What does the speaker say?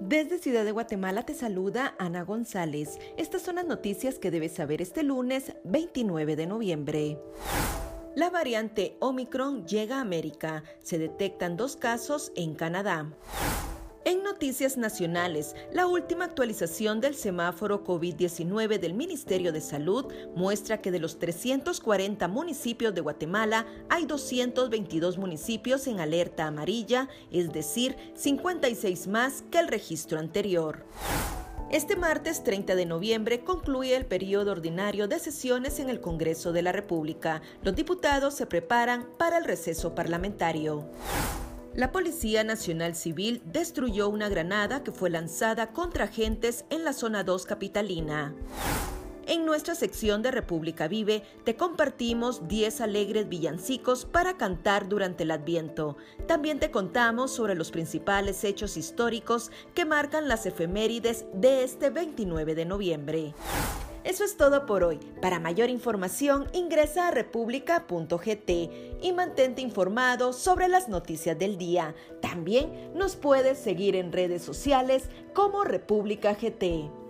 Desde Ciudad de Guatemala te saluda Ana González. Estas son las noticias que debes saber este lunes 29 de noviembre. La variante Omicron llega a América. Se detectan 2 casos en Canadá. En noticias nacionales, la última actualización del semáforo COVID-19 del Ministerio de Salud muestra que de los 340 municipios de Guatemala, hay 222 municipios en alerta amarilla, es decir, 56 más que el registro anterior. Este martes 30 de noviembre concluye el periodo ordinario de sesiones en el Congreso de la República. Los diputados se preparan para el receso parlamentario. La Policía Nacional Civil destruyó una granada que fue lanzada contra agentes en la zona 2 capitalina. En nuestra sección de República Vive te compartimos 10 alegres villancicos para cantar durante el Adviento. También te contamos sobre los principales hechos históricos que marcan las efemérides de este 29 de noviembre. Eso es todo por hoy. Para mayor información ingresa a república.gt y mantente informado sobre las noticias del día. También nos puedes seguir en redes sociales como República GT.